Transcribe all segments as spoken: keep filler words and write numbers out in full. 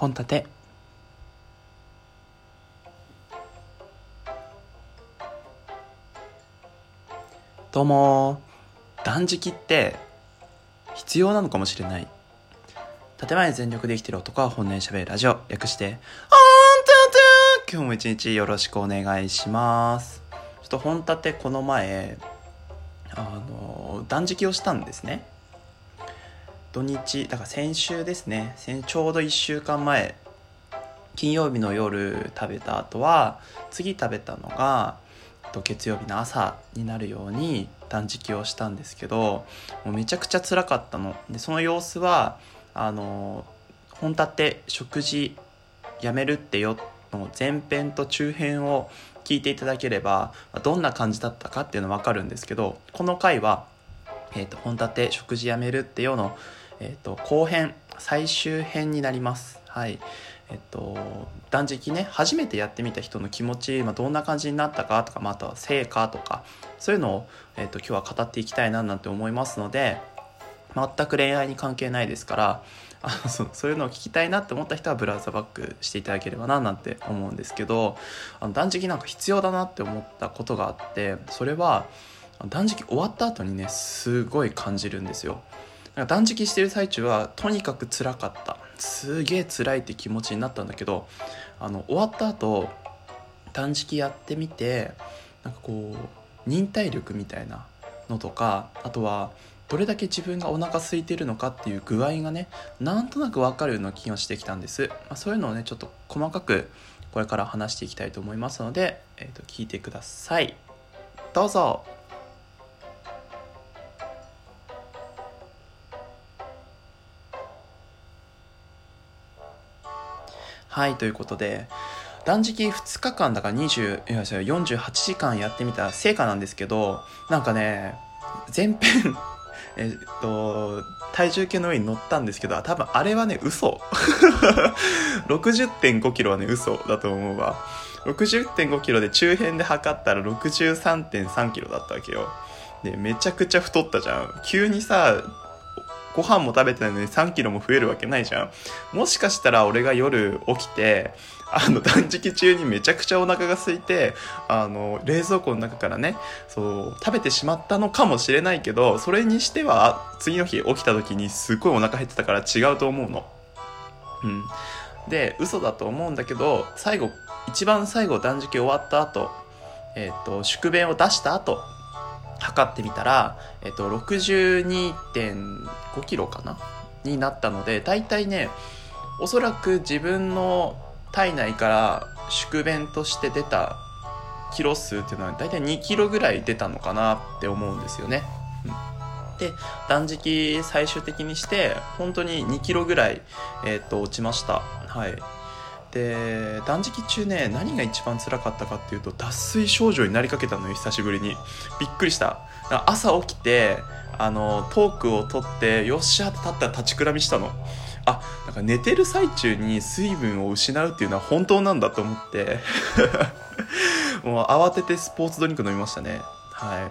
本立て。どうも。断食って必要なのかもしれない。建前全力で生きてる男は本音で喋るラジオ、略して本立て。今日も一日よろしくお願いします。ちょっと本立てこの前あの断食をしたんですね。土日だから先週ですね。先ちょうどいっしゅうかんまえ、金曜日の夜食べた後は次食べたのが月曜日の朝になるように断食をしたんですけど、もうめちゃくちゃ辛かったので、その様子はあの本立て食事やめるってよの前編と中編を聞いていただければどんな感じだったかっていうの分かるんですけど、この回は、えーと、本立て食事やめるってよの、えーと、後編最終編になります。はい。えっと、断食ね初めてやってみた人の気持ち、まあ、どんな感じになったかとか、まあ、あとは成果とかそういうのを、えっと、今日は語っていきたいななんて思いますので、全く恋愛に関係ないですから、あの そ, そういうのを聞きたいなって思った人はブラウザバックしていただければななんて思うんですけど、あの断食なんか必要だなって思ったことがあって、それは断食終わった後にねすごい感じるんですよ。なんか断食してる最中はとにかく辛かった、すげえ辛いって気持ちになったんだけど、あの終わった後断食やってみて、なんかこう忍耐力みたいなのとか、あとはどれだけ自分がお腹空いてるのかっていう具合がねなんとなく分かるような気がしてきたんです。まあ、そういうのをねちょっと細かくこれから話していきたいと思いますので、えーと、聞いてください。どうぞ。はい、ということで断食ふつかかんだからにじゅういやよんじゅうはちじかんやってみた成果なんですけど、なんかね前編えっと体重計の上に乗ったんですけど、多分あれはね嘘ろくじゅってんごキロはね嘘だと思うわ。ろくじゅってんごキロで中編で測ったら ろくじゅうさんてんさんキロだったわけよ。でめちゃくちゃ太ったじゃん。急にさご飯も食べてないのにさんキロも増えるわけないじゃん。もしかしたら俺が夜起きてあの断食中にめちゃくちゃお腹が空いて、あの冷蔵庫の中からねそう食べてしまったのかもしれないけど、それにしては次の日起きた時にすごいお腹減ってたから違うと思うの。うんで嘘だと思うんだけど、最後一番最後断食終わった後、えっと宿便を出した後測ってみたら、えっと、ろくじゅうにてんごキロかなになったので、だいたいねおそらく自分の体内から宿便として出たキロ数っていうのはだいたいにキロぐらい出たのかなって思うんですよね。うん、で断食最終的にして本当ににキロぐらい、えっと、落ちました。はい。で断食中ね何が一番辛かったかっていうと、脱水症状になりかけたのよ。久しぶりにびっくりした。朝起きてあのトークを取ってよっしゃって立ったら立ちくらみしたの。あ、なんか寝てる最中に水分を失うっていうのは本当なんだと思ってもう慌ててスポーツドリンク飲みましたね。はい。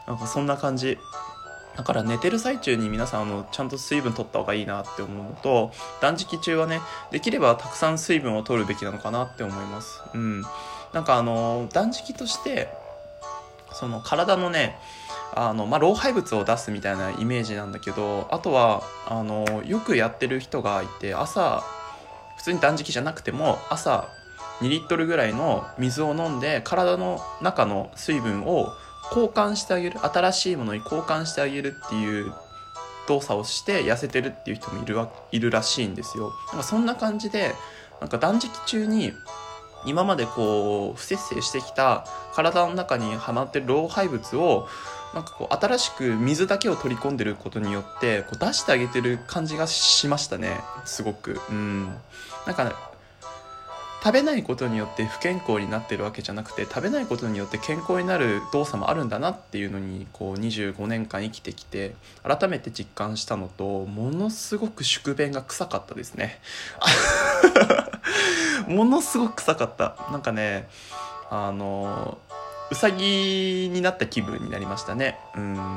なんかそんな感じだから、寝てる最中に皆さんあのちゃんと水分取った方がいいなって思うのと、断食中はねできればたくさん水分を取るべきなのかなって思います。うん。なんかあの断食としてその体のねあの、まあ、老廃物を出すみたいなイメージなんだけど、あとはあのよくやってる人がいて、朝普通に断食じゃなくても朝にリットルぐらいの水を飲んで体の中の水分を交換してあげる、新しいものに交換してあげるっていう動作をして痩せてるっていう人もいるわいるらしいんですよ。なんかそんな感じで、なんか断食中に今までこう不摂生してきた体の中にはまってる老廃物をなんかこう新しく水だけを取り込んでることによってこう出してあげてる感じがしましたね。すごく。うん。なんか、ね、食べないことによって不健康になってるわけじゃなくて、食べないことによって健康になる動作もあるんだなっていうのにこうにじゅうごねんかん生きてきて改めて実感したのと、ものすごく宿便が臭かったですねものすごく臭かった。なんかねあのうさぎになった気分になりましたね。うん。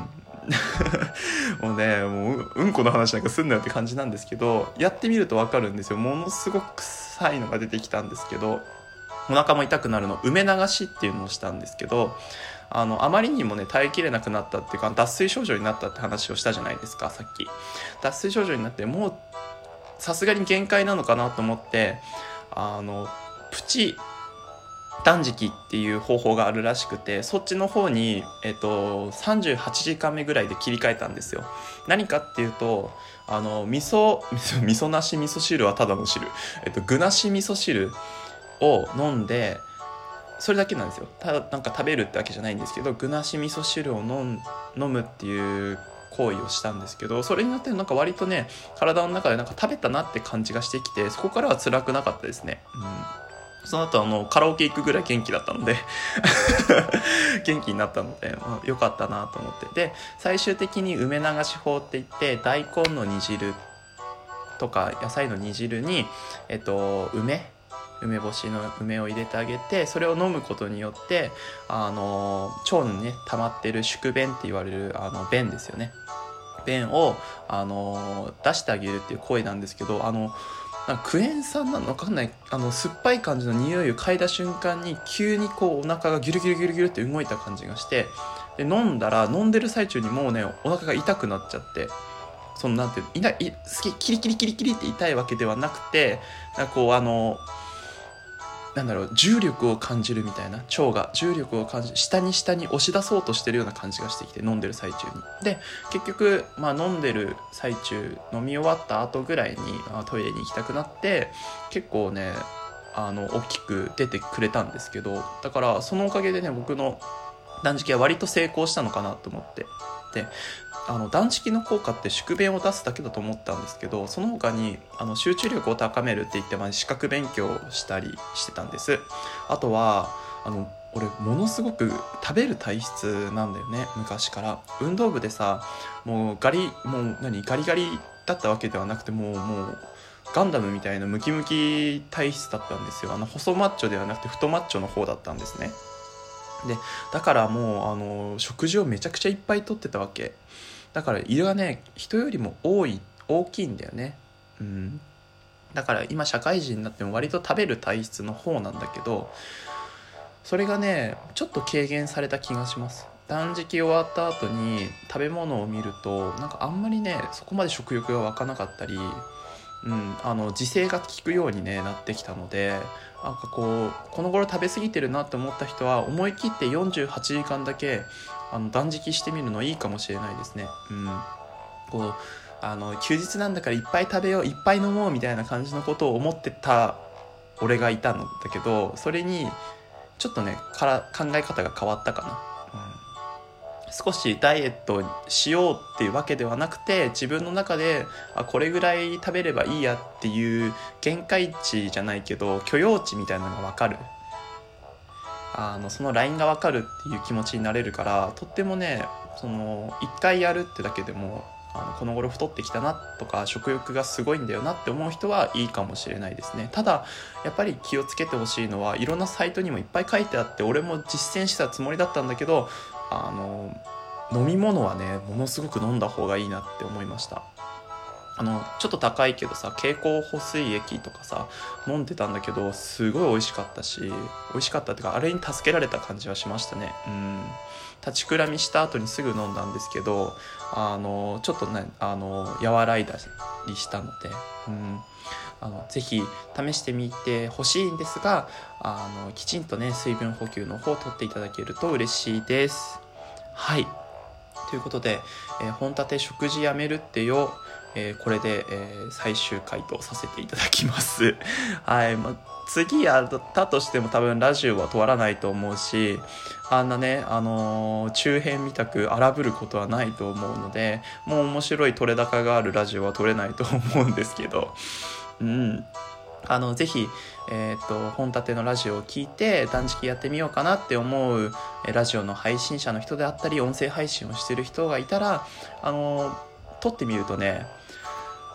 もうねもううんこの話なんかすんなよって感じなんですけど、やってみると分かるんですよ。ものすごく臭いのが出てきたんですけど、お腹も痛くなるの梅流しっていうのをしたんですけど、あのあまりにもね耐えきれなくなったっていうか、脱水症状になったって話をしたじゃないですかさっき。脱水症状になってもうさすがに限界なのかなと思って、あのプチ断食っていう方法があるらしくて、そっちの方に、えっと、さんじゅうはちじかんめぐらいで切り替えたんですよ。何かっていうと、あの味噌味噌味噌なし味噌汁はただの汁、えっと、具なし味噌汁を飲んで、それだけなんですよ。ただなんか食べるってわけじゃないんですけど、具なし味噌汁を飲ん飲むっていう行為をしたんですけど、それによってなんか割とね体の中でなんか食べたなって感じがしてきて、そこからは辛くなかったですね。うん、その後あのカラオケ行くぐらい元気だったので元気になったので、まあ、よかったなと思って。で最終的に梅流し法って言って、大根の煮汁とか野菜の煮汁に、えっと、梅梅干しの梅を入れてあげて、それを飲むことによってあの腸にね溜まってる宿便って言われるあの便ですよね、便をあの出してあげるっていう行為なんですけど、あのなんかクエン酸なの分かんない、あの酸っぱい感じの匂いを嗅いだ瞬間に急にこうお腹がギュルギュルギュルギュルって動いた感じがして、で飲んだら飲んでる最中にもうねお腹が痛くなっちゃって、そのなんていういないキリキリキリキリって痛いわけではなくて、なんかこうあのなんだろう重力を感じるみたいな、腸が重力を感じ下に下に押し出そうとしてるような感じがしてきて、飲んでる最中に。で結局、まあ、飲んでる最中飲み終わった後ぐらいに、まあ、トイレに行きたくなって結構ねあの大きく出てくれたんですけど、だからそのおかげでね僕の断食は割と成功したのかなと思って。であの断食の効果って宿便を出すだけだと思ったんですけど、その他にあの集中力を高めるって言って、まあ、資格勉強をしたりしてたんです。あとはあの俺ものすごく食べる体質なんだよね、昔から。運動部でさもうガリもう何ガリガリだったわけではなくて、もうもうガンダムみたいなムキムキ体質だったんですよ。あの細マッチョではなくて太マッチョの方だったんですね。でだからもうあの食事をめちゃくちゃいっぱいとってたわけだから、胃がね人よりも多い大きいんだよね。うん、だから今社会人になっても割と食べる体質の方なんだけど、それがねちょっと軽減された気がします。断食終わった後に食べ物を見るとなんかあんまりねそこまで食欲が湧かなかったり、うん、あの自制が効くように、ね、なってきたので、なんかこうこの頃食べ過ぎてるなって思った人は思い切ってよんじゅうはちじかんだけあの断食してみるのいいかもしれないですね。うん、こうあの休日なんだからいっぱい食べよういっぱい飲もうみたいな感じのことを思ってた俺がいたのだけど、それにちょっとねから考え方が変わったかな。うん、少しダイエットしようっていうわけではなくて、自分の中であこれぐらい食べればいいやっていう限界値じゃないけど許容値みたいなのが分かる、あのそのラインが分かるっていう気持ちになれるから、とってもねそのいっかいやるってだけでもあのこの頃太ってきたなとか食欲がすごいんだよなって思う人はいいかもしれないですね。ただやっぱり気をつけてほしいのは、いろんなサイトにもいっぱい書いてあって俺も実践したつもりだったんだけど、あの飲み物はねものすごく飲んだ方がいいなって思いました。あのちょっと高いけどさ経口補水液とかさ飲んでたんだけど、すごい美味しかったし、美味しかったっていうかあれに助けられた感じはしましたね。うん立ちくらみした後にすぐ飲んだんですけど、あのちょっとねあの和らいだりしたので、うんあのぜひ試してみてほしいんですが、あのきちんとね水分補給の方を取っていただけると嬉しいです。はいということで、えー、本立て食事やめるってよ、えー、これで、えー、最終回とさせていただきますはい、まあ、次やったとしても多分ラジオは通らないと思うし、あんなねあのー、中編みたく荒ぶることはないと思うので、もう面白い取れ高があるラジオは取れないと思うんですけど、うんあのぜひ、えー、と本立てのラジオを聞いて断食やってみようかなって思うラジオの配信者の人であったり音声配信をしてる人がいたら、あの撮ってみるとね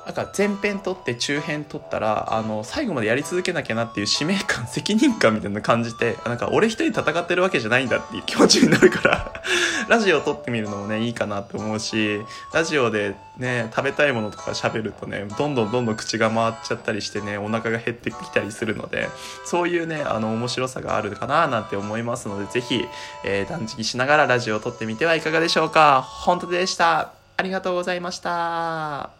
なんか前編撮って中編撮ったらあの最後までやり続けなきゃなっていう使命感責任感みたいなの感じて、なんか俺一人戦ってるわけじゃないんだっていう気持ちになるからラジオを撮ってみるのもねいいかなと思うし、ラジオでね食べたいものとか喋るとねどんどんどんどん口が回っちゃったりしてねお腹が減ってきたりするので、そういうねあの面白さがあるかななんて思いますので、ぜひ、えー、断食しながらラジオを撮ってみてはいかがでしょうか。本当でした。ありがとうございました。